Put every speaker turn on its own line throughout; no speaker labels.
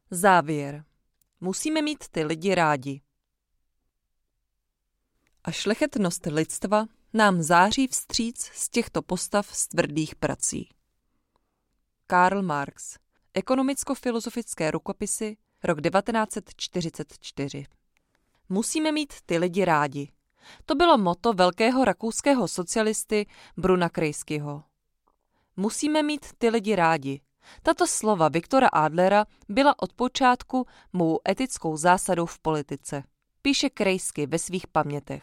Závěr. Musíme mít ty lidi rádi. A šlechetnost lidstva nám září vstříc z těchto postav z tvrdých prací. Karl Marx. Ekonomicko-filozofické rukopisy, rok 1944. Musíme mít ty lidi rádi. To bylo motto velkého rakouského socialisty Bruna Kreiskyho. Musíme mít ty lidi rádi. Tato slova Viktora Adlera byla od počátku mou etickou zásadou v politice, píše Kreisky ve svých pamětech.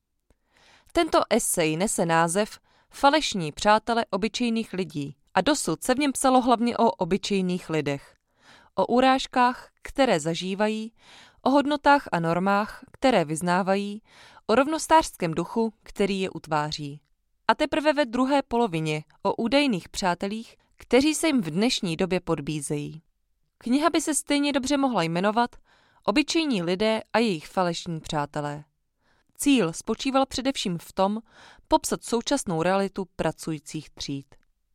Tento esej nese název Falešní přátelé obyčejných lidí a dosud se v něm psalo hlavně o obyčejných lidech. O urážkách, které zažívají, o hodnotách a normách, které vyznávají, o rovnostářském duchu, který je utváří. A teprve ve druhé polovině o údajných přátelích, kteří se jim v dnešní době podbízejí. Kniha by se stejně dobře mohla jmenovat Obyčejní lidé a jejich falešní přátelé. Cíl spočíval především v tom popsat současnou realitu pracujících tříd.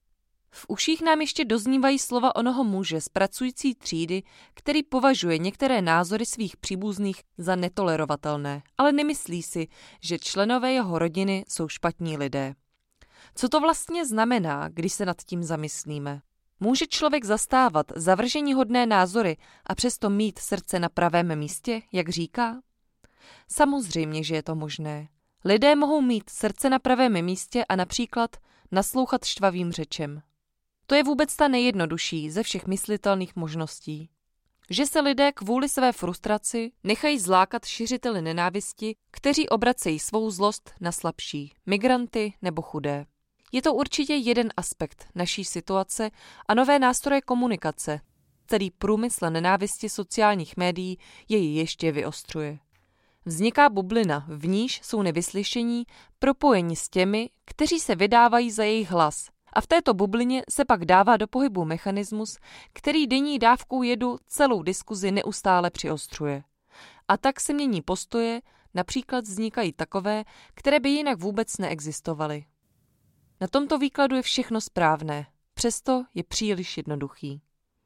V uších nám ještě doznívají slova onoho muže z pracující třídy, který považuje některé názory svých příbuzných za netolerovatelné, ale nemyslí si, že členové jeho rodiny jsou špatní lidé. Co to vlastně znamená, když se nad tím zamyslíme? Může člověk zastávat zavrženíhodné názory a přesto mít srdce na pravém místě, jak říká? Samozřejmě, že je to možné. Lidé mohou mít srdce na pravém místě a například naslouchat štvavým řečem. To je vůbec ta nejjednodušší ze všech myslitelných možností. Že se lidé kvůli své frustraci nechají zlákat šiřiteli nenávisti, kteří obracejí svou zlost na slabší, migranty nebo chudé. Je to určitě jeden aspekt naší situace a nové nástroje komunikace, který průmysl nenávisti sociálních médií jej ještě vyostřuje. Vzniká bublina, v níž jsou nevyslyšení, propojení s těmi, kteří se vydávají za jejich hlas. A v této bublině se pak dává do pohybu mechanismus, který denní dávkou jedu celou diskuzi neustále přiostřuje. A tak se mění postoje, například vznikají takové, které by jinak vůbec neexistovaly. Na tomto výkladu je všechno správné, přesto je příliš jednoduchý.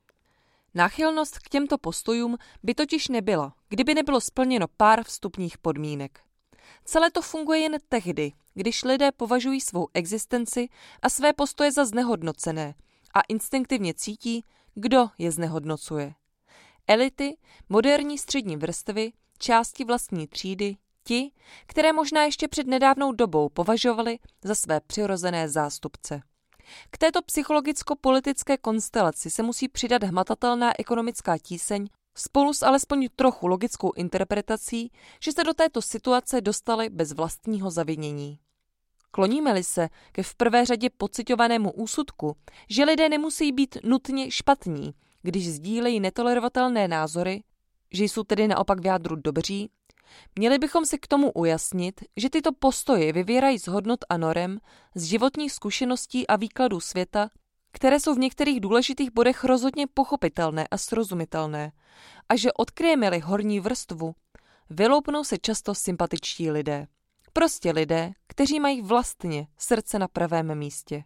Náchylnost k těmto postojům by totiž nebyla, kdyby nebylo splněno pár vstupních podmínek. Celé to funguje jen tehdy, když lidé považují svou existenci a své postoje za znehodnocené a instinktivně cítí, kdo je znehodnocuje. Elity, moderní střední vrstvy, části vlastní třídy, ti, které možná ještě před nedávnou dobou považovali za své přirozené zástupce. K této psychologicko-politické konstelaci se musí přidat hmatatelná ekonomická tíseň spolu s alespoň trochu logickou interpretací, že se do této situace dostali bez vlastního zavinění. Kloníme-li se ke v prvé řadě pociťovanému úsudku, že lidé nemusí být nutně špatní, když sdílejí netolerovatelné názory, že jsou tedy naopak v jádru dobří, měli bychom si k tomu ujasnit, že tyto postoje vyvírají z hodnot a norem, z životních zkušeností a výkladů světa, které jsou v některých důležitých bodech rozhodně pochopitelné a srozumitelné, a že odkryjeme-li horní vrstvu, vyloupnou se často sympatičtí lidé. Prostě lidé, kteří mají vlastně srdce na pravém místě.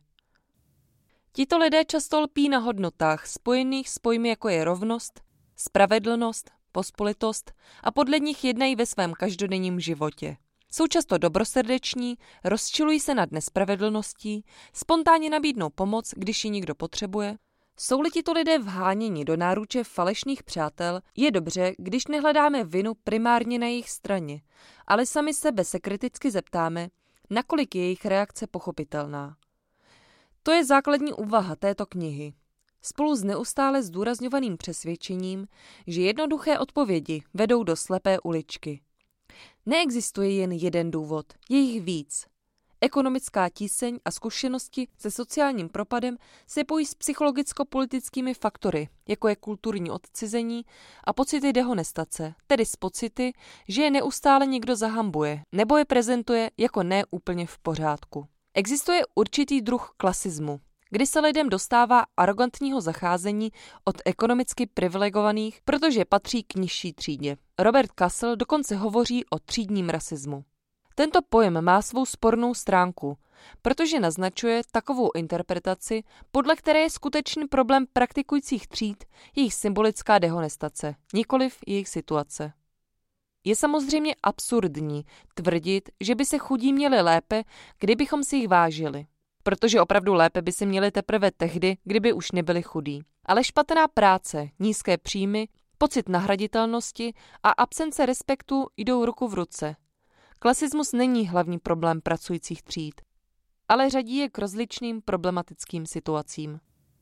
Tito lidé často lpí na hodnotách spojených s pojmy jako je rovnost, spravedlnost, pospolitost a podle nich jednají ve svém každodenním životě. Jsou často dobrosrdeční, rozčilují se nad nespravedlností, spontánně nabídnou pomoc, když ji někdo potřebuje. Jsou-li tito lidé vháněni do náruče falešných přátel, je dobře, když nehledáme vinu primárně na jejich straně, ale sami sebe se kriticky zeptáme, nakolik je jejich reakce pochopitelná. To je základní úvaha této knihy. Spolu s neustále zdůrazňovaným přesvědčením, že jednoduché odpovědi vedou do slepé uličky. Neexistuje jen jeden důvod, je jich víc. Ekonomická tíseň a zkušenosti se sociálním propadem se pojí s psychologicko-politickými faktory, jako je kulturní odcizení a pocity dehonestace, tedy s pocity, že je neustále někdo zahambuje nebo je prezentuje jako ne úplně v pořádku. Existuje určitý druh klasismu, kdy se lidem dostává arrogantního zacházení od ekonomicky privilegovaných, protože patří k nižší třídě. Robert Castle dokonce hovoří o třídním rasismu. Tento pojem má svou spornou stránku, protože naznačuje takovou interpretaci, podle které je skutečný problém praktikujících tříd jejich symbolická dehonestace, nikoliv jejich situace. Je samozřejmě absurdní tvrdit, že by se chudí měli lépe, kdybychom si jich vážili. Protože opravdu lépe by se měli teprve tehdy, kdyby už nebyli chudí. Ale špatná práce, nízké příjmy, pocit nahraditelnosti a absence respektu jdou ruku v ruce. Klasismus není hlavní problém pracujících tříd, ale řadí je k rozličným problematickým situacím.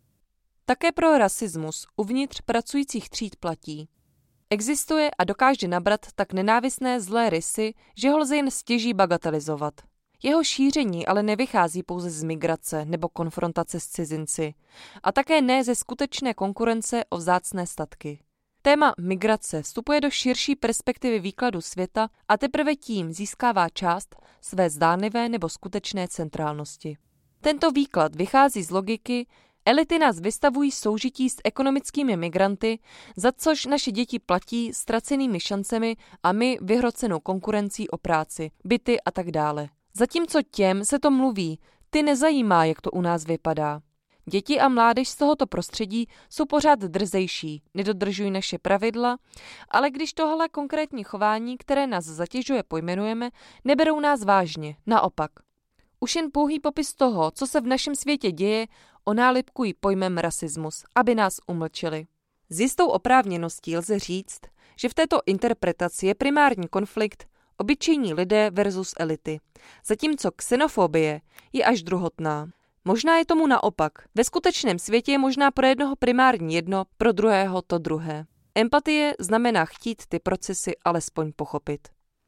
Také pro rasismus uvnitř pracujících tříd platí. Existuje a dokáže nabrat tak nenávistné zlé rysy, že ho lze jen stěží bagatelizovat. Jeho šíření ale nevychází pouze z migrace nebo konfrontace s cizinci a také ne ze skutečné konkurence o vzácné statky. Téma migrace vstupuje do širší perspektivy výkladu světa a teprve tím získává část své zdánlivé nebo skutečné centrálnosti. Tento výklad vychází z logiky: elity nás vystavují soužití s ekonomickými migranty, za což naše děti platí ztracenými šancemi a my vyhrocenou konkurencí o práci, byty a tak dále. Zatímco těm se to mluví, ty nezajímá, jak to u nás vypadá. Děti a mládež z tohoto prostředí jsou pořád drzejší, nedodržují naše pravidla, ale když tohle konkrétní chování, které nás zatěžuje, pojmenujeme, neberou nás vážně, naopak. Už jen pouhý popis toho, co se v našem světě děje, onálipkují pojmem rasismus, aby nás umlčeli. S jistou oprávněností lze říct, že v této interpretaci je primární konflikt obyčejní lidé versus elity, zatímco xenofobie je až druhotná. Možná je tomu naopak. Ve skutečném světě je možná pro jednoho primární jedno, pro druhého to druhé. Empatie znamená chtít ty procesy alespoň pochopit.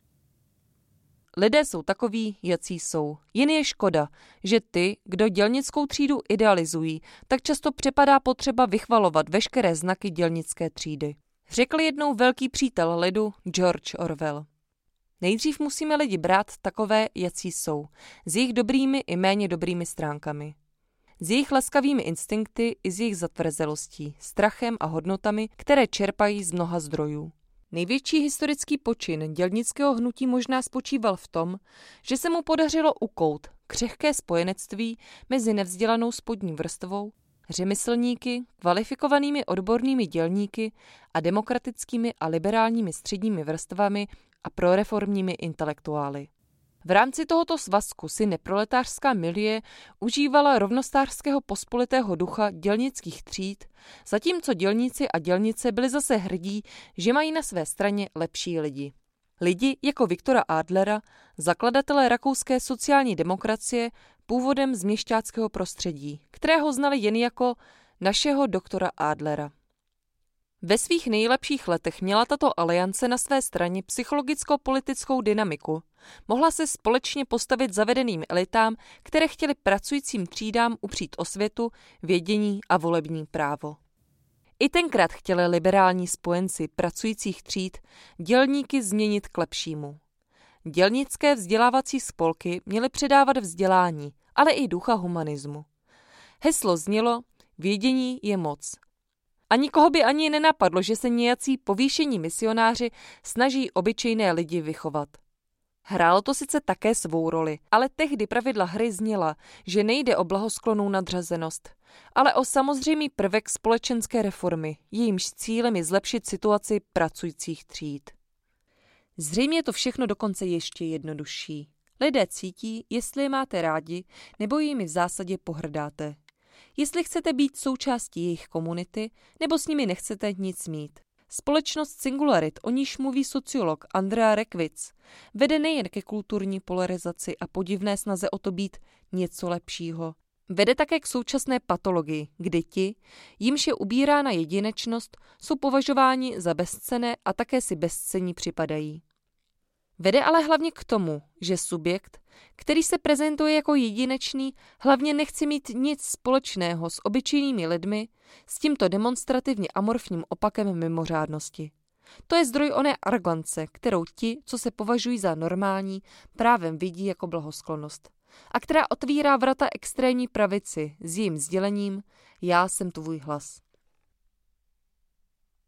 Lidé jsou takoví, jací jsou. Jen je škoda, že ty, kdo dělnickou třídu idealizují, tak často přepadá potřeba vychvalovat veškeré znaky dělnické třídy. Řekl jednou velký přítel lidu George Orwell. Nejdřív musíme lidi brát takové, jací jsou, s jejich dobrými i méně dobrými stránkami. S jejich laskavými instinkty i s jejich zatvrzelostí, strachem a hodnotami, které čerpají z mnoha zdrojů. Největší historický počin dělnického hnutí možná spočíval v tom, že se mu podařilo ukout křehké spojenectví mezi nevzdělanou spodní vrstvou, řemeslníky, kvalifikovanými odbornými dělníky a demokratickými a liberálními středními vrstvami a proreformními intelektuály. V rámci tohoto svazku si neproletářská milie užívala rovnostářského pospolitého ducha dělnických tříd, zatímco dělníci a dělnice byli zase hrdí, že mají na své straně lepší lidi. Lidi jako Viktora Adlera, zakladatele rakouské sociální demokracie, původem z měšťáckého prostředí, kterého znali jen jako našeho doktora Adlera. Ve svých nejlepších letech měla tato aliance na své straně psychologicko-politickou dynamiku. Mohla se společně postavit zavedeným elitám, které chtěly pracujícím třídám upřít osvětu, vědění a volební právo. I tenkrát chtěli liberální spojenci pracujících tříd dělníky změnit k lepšímu. Dělnické vzdělávací spolky měly předávat vzdělání, ale i ducha humanismu. Heslo znělo: vědění je moc. A nikoho by ani nenapadlo, že se nějací povýšení misionáři snaží obyčejné lidi vychovat. Hrálo to sice také svou roli, ale tehdy pravidla hry zněla, že nejde o blahosklonnou nadřazenost, ale o samozřejmý prvek společenské reformy, jejímž cílem je zlepšit situaci pracujících tříd. Zřejmě je to všechno dokonce ještě jednodušší. Lidé cítí, jestli je máte rádi, nebo jimi v zásadě pohrdáte. Jestli chcete být součástí jejich komunity, nebo s nimi nechcete nic mít. Společnost singularit, o níž mluví sociolog Andrea Rekvitz, vede nejen ke kulturní polarizaci a podivné snaze o to být něco lepšího. Vede také k současné patologii, kdy ti, jimž je ubírána jedinečnost, jsou považováni za bezcenné a také si bezcenní připadají. Vede ale hlavně k tomu, že subjekt, který se prezentuje jako jedinečný, hlavně nechce mít nic společného s obyčejnými lidmi, s tímto demonstrativně amorfním opakem mimořádnosti. To je zdroj oné arogance, kterou ti, co se považují za normální, právem vidí jako blahosklonnost. A která otvírá vrata extrémní pravici s jejím sdělením: já jsem tvůj hlas.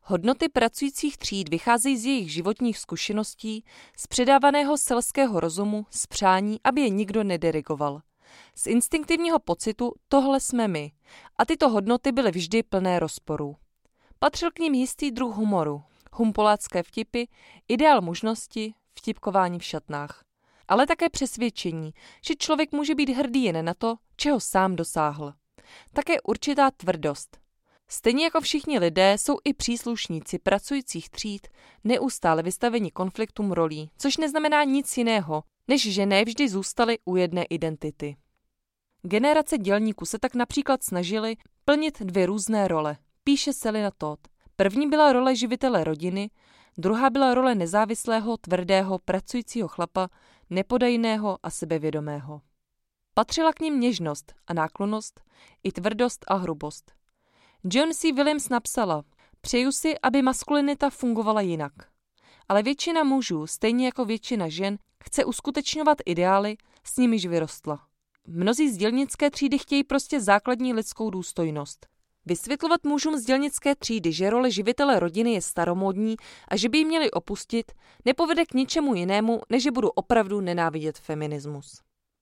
Hodnoty pracujících tříd vycházejí z jejich životních zkušeností, z předávaného selského rozumu, z přání, aby je nikdo nedirigoval. Z instinktivního pocitu tohle jsme my a tyto hodnoty byly vždy plné rozporů. Patřil k nim jistý druh humoru, humpolácké vtipy, ideál mužnosti, vtipkování v šatnách. Ale také přesvědčení, že člověk může být hrdý jen na to, čeho sám dosáhl. Také určitá tvrdost. Stejně jako všichni lidé jsou i příslušníci pracujících tříd neustále vystaveni konfliktům rolí, což neznamená nic jiného, než že ne vždy zůstali u jedné identity. Generace dělníků se tak například snažily plnit 2 různé role, píše Selina Todd. První byla role živitele rodiny, druhá byla role nezávislého, tvrdého, pracujícího chlapa, nepodajného a sebevědomého. Patřila k nim něžnost a náklonnost, i tvrdost a hrubost. John C. Williams napsala: přeju si, aby maskulinita fungovala jinak. Ale většina mužů, stejně jako většina žen, chce uskutečňovat ideály, s nimiž vyrostla. Mnozí z dělnické třídy chtějí prostě základní lidskou důstojnost. Vysvětlovat mužům z dělnické třídy, že role živitele rodiny je staromódní a že by ji měli opustit, nepovede k ničemu jinému, než že budu opravdu nenávidět feminismus.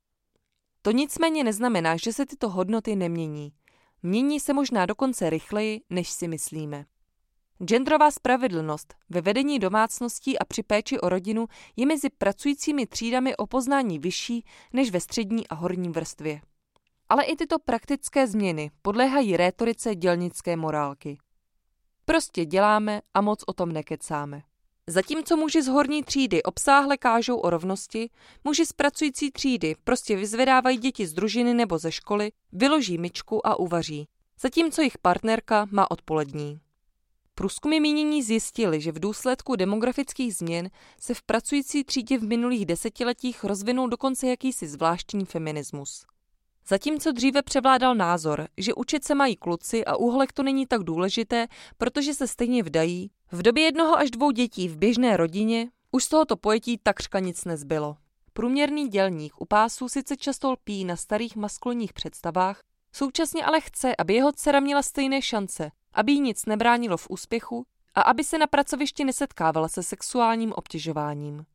To nicméně neznamená, že se tyto hodnoty nemění. Mění se možná dokonce rychleji, než si myslíme. Genderová spravedlnost ve vedení domácností a při péči o rodinu je mezi pracujícími třídami o poznání vyšší než ve střední a horní vrstvě. Ale i tyto praktické změny podléhají rétorice dělnické morálky. Prostě děláme a moc o tom nekecáme. Zatímco muži z horní třídy obsáhle kážou o rovnosti, muži z pracující třídy prostě vyzvedávají děti z družiny nebo ze školy, vyloží myčku a uvaří, zatímco jejich partnerka má odpolední. Průzkumy mínění zjistily, že v důsledku demografických změn se v pracující třídě v minulých desetiletích rozvinul dokonce jakýsi zvláštní feminismus. Zatímco dříve převládal názor, že učit se mají kluci a úholek to není tak důležité, protože se stejně vdají, v době 1 až 2 dětí v běžné rodině už z tohoto pojetí takřka nic nezbylo. Průměrný dělník u pásu sice často lpí na starých maskulinních představách, současně ale chce, aby jeho dcera měla stejné šance, aby jí nic nebránilo v úspěchu a aby se na pracovišti nesetkávala se sexuálním obtěžováním.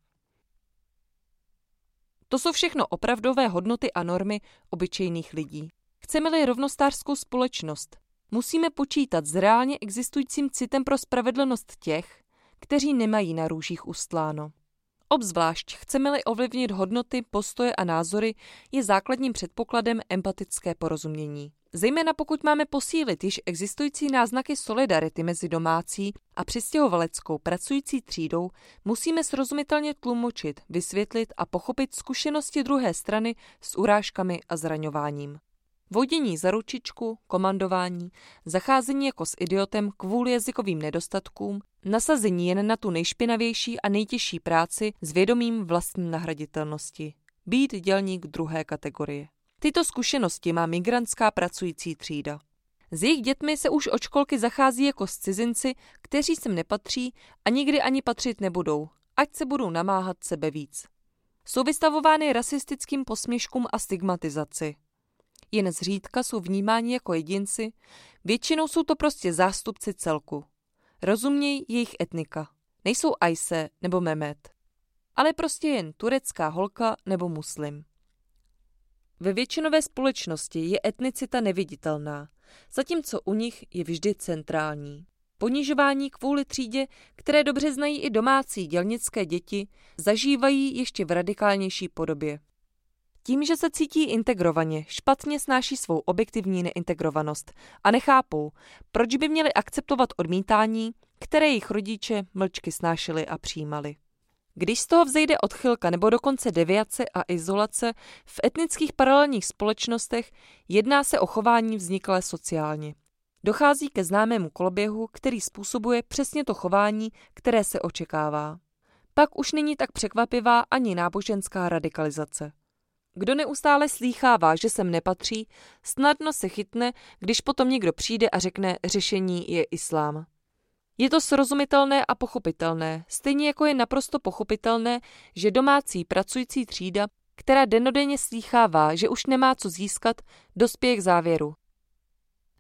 To jsou všechno opravdové hodnoty a normy obyčejných lidí. Chceme-li rovnostářskou společnost, musíme počítat s reálně existujícím citem pro spravedlnost těch, kteří nemají na růžích ustláno. Obzvlášť chceme-li ovlivnit hodnoty, postoje a názory, je základním předpokladem empatické porozumění. Zejména pokud máme posílit již existující náznaky solidarity mezi domácí a přistěhovaleckou pracující třídou, musíme srozumitelně tlumočit, vysvětlit a pochopit zkušenosti druhé strany s urážkami a zraňováním. Vodění za ručičku, komandování, zacházení jako s idiotem kvůli jazykovým nedostatkům, nasazení jen na tu nejšpinavější a nejtěžší práci s vědomím vlastní nahraditelnosti. Být dělník 2. kategorie. Tyto zkušenosti má migrantská pracující třída. S jejich dětmi se už od školky zachází jako s cizinci, kteří sem nepatří a nikdy ani patřit nebudou, ať se budou namáhat sebe víc. Jsou vystavovány rasistickým posměškům a stigmatizaci. Jen zřídka jsou vnímáni jako jedinci, většinou jsou to prostě zástupci celku. Rozumějí jejich etnika. Nejsou Ajse nebo Mehmet, ale prostě jen turecká holka nebo muslim. Ve většinové společnosti je etnicita neviditelná, zatímco u nich je vždy centrální. Ponižování kvůli třídě, které dobře znají i domácí dělnické děti, zažívají ještě v radikálnější podobě. Tím, že se cítí integrovaně, špatně snáší svou objektivní neintegrovanost a nechápou, proč by měli akceptovat odmítání, které jejich rodiče mlčky snášeli a přijímali. Když z toho vzejde odchylka nebo dokonce deviace a izolace v etnických paralelních společnostech, jedná se o chování vzniklé sociálně. Dochází ke známému koloběhu, který způsobuje přesně to chování, které se očekává. Pak už není tak překvapivá ani náboženská radikalizace. Kdo neustále slýchává, že sem nepatří, snadno se chytne, když potom někdo přijde a řekne, řešení je islám. Je to srozumitelné a pochopitelné, stejně jako je naprosto pochopitelné, že domácí pracující třída, která dennodenně slýchává, že už nemá co získat, dospěje k závěru.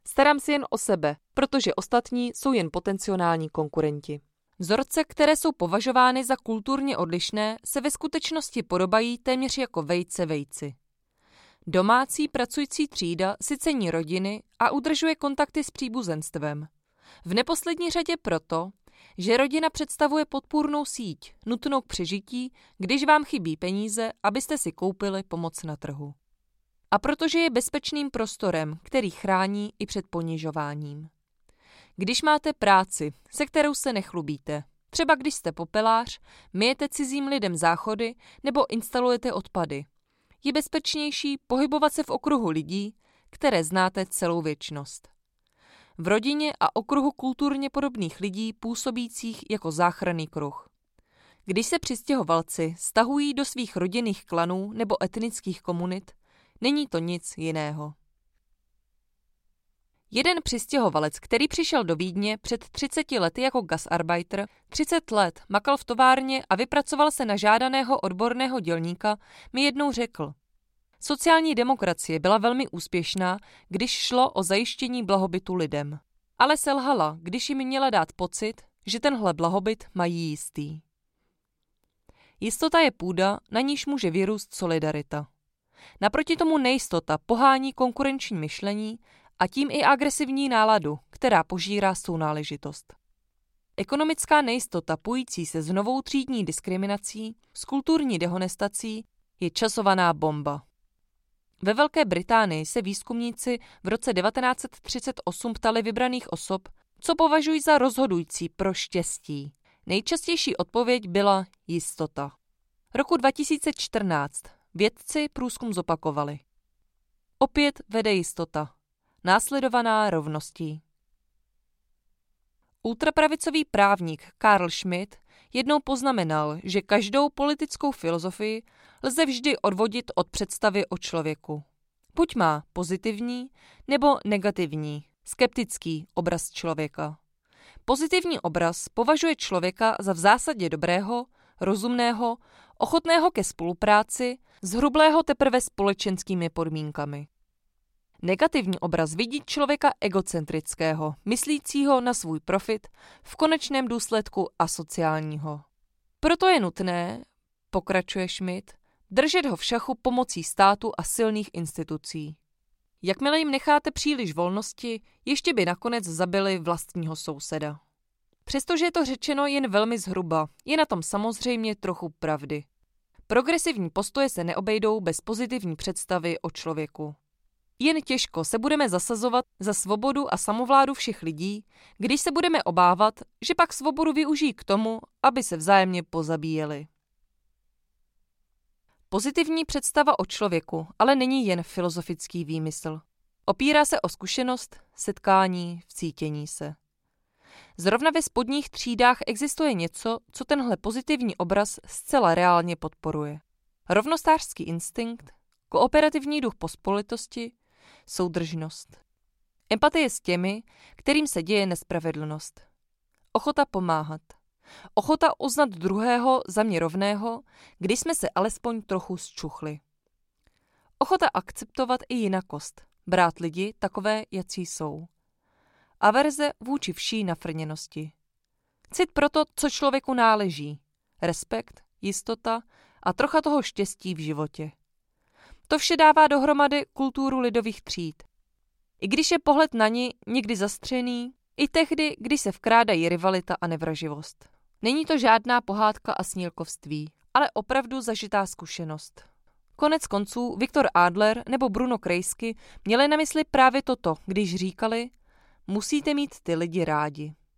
Starám se jen o sebe, protože ostatní jsou jen potenciální konkurenti. Vzorce, které jsou považovány za kulturně odlišné, se ve skutečnosti podobají téměř jako vejce vejci. Domácí pracující třída si cení rodiny a udržuje kontakty s příbuzenstvem. V neposlední řadě proto, že rodina představuje podpůrnou síť, nutnou k přežití, když vám chybí peníze, abyste si koupili pomoc na trhu. A protože je bezpečným prostorem, který chrání i před ponižováním. Když máte práci, se kterou se nechlubíte, třeba když jste popelář, myjete cizím lidem záchody nebo instalujete odpady, je bezpečnější pohybovat se v okruhu lidí, které znáte celou věčnost. V rodině a okruhu kulturně podobných lidí působících jako záchranný kruh. Když se přistěhovalci stahují do svých rodinných klanů nebo etnických komunit, není to nic jiného. Jeden přistěhovalec, který přišel do Vídně před 30 lety jako gasarbeiter, 30 let makal v továrně a vypracoval se na žádaného odborného dělníka, mi jednou řekl: sociální demokracie byla velmi úspěšná, když šlo o zajištění blahobytu lidem. Ale selhala, když jim měla dát pocit, že tenhle blahobyt mají jistý. Jistota je půda, na níž může vyrůst solidarita. Naproti tomu nejistota pohání konkurenční myšlení a tím i agresivní náladu, která požírá sounáležitost. Ekonomická nejistota pojící se s novou třídní diskriminací, s kulturní dehonestací, je časovaná bomba. Ve Velké Británii se výzkumníci v roce 1938 ptali vybraných osob, co považují za rozhodující pro štěstí. Nejčastější odpověď byla jistota. Roku 2014 vědci průzkum zopakovali. Opět vede jistota, následovaná rovností. Ultrapravicový právník Carl Schmitt jednou poznamenal, že každou politickou filozofii lze vždy odvodit od představy o člověku. Buď má pozitivní nebo negativní, skeptický obraz člověka. Pozitivní obraz považuje člověka za v zásadě dobrého, rozumného, ochotného ke spolupráci, zhrublého teprve společenskými podmínkami. Negativní obraz vidí člověka egocentrického, myslícího na svůj profit, v konečném důsledku asociálního. Proto je nutné, pokračuje Schmitt, držet ho v šachu pomocí státu a silných institucí. Jakmile jim necháte příliš volnosti, ještě by nakonec zabili vlastního souseda. Přestože je to řečeno jen velmi zhruba, je na tom samozřejmě trochu pravdy. Progresivní postoje se neobejdou bez pozitivní představy o člověku. Jen těžko se budeme zasazovat za svobodu a samovládu všech lidí, když se budeme obávat, že pak svobodu využijí k tomu, aby se vzájemně pozabíjeli. Pozitivní představa o člověku ale není jen filozofický výmysl. Opírá se o zkušenost, setkání, vcítění se. Zrovna ve spodních třídách existuje něco, co tenhle pozitivní obraz zcela reálně podporuje. Rovnostářský instinkt, kooperativní duch pospolitosti, soudržnost. Empatie s těmi, kterým se děje nespravedlnost. Ochota pomáhat. Ochota uznat druhého za mě rovného, když jsme se alespoň trochu zčuchli. Ochota akceptovat i jinakost, brát lidi takové, jací jsou. Averze vůči vší nafrněnosti. Cit pro to, co člověku náleží. Respekt, jistota a trocha toho štěstí v životě. To vše dává dohromady kulturu lidových tříd. I když je pohled na ni někdy zastřený, i tehdy, když se vkrádají rivalita a nevraživost. Není to žádná pohádka a snílkovství, ale opravdu zažitá zkušenost. Konec konců Viktor Adler nebo Bruno Kreisky měli na mysli právě toto, když říkali: musíte mít ty lidi rádi.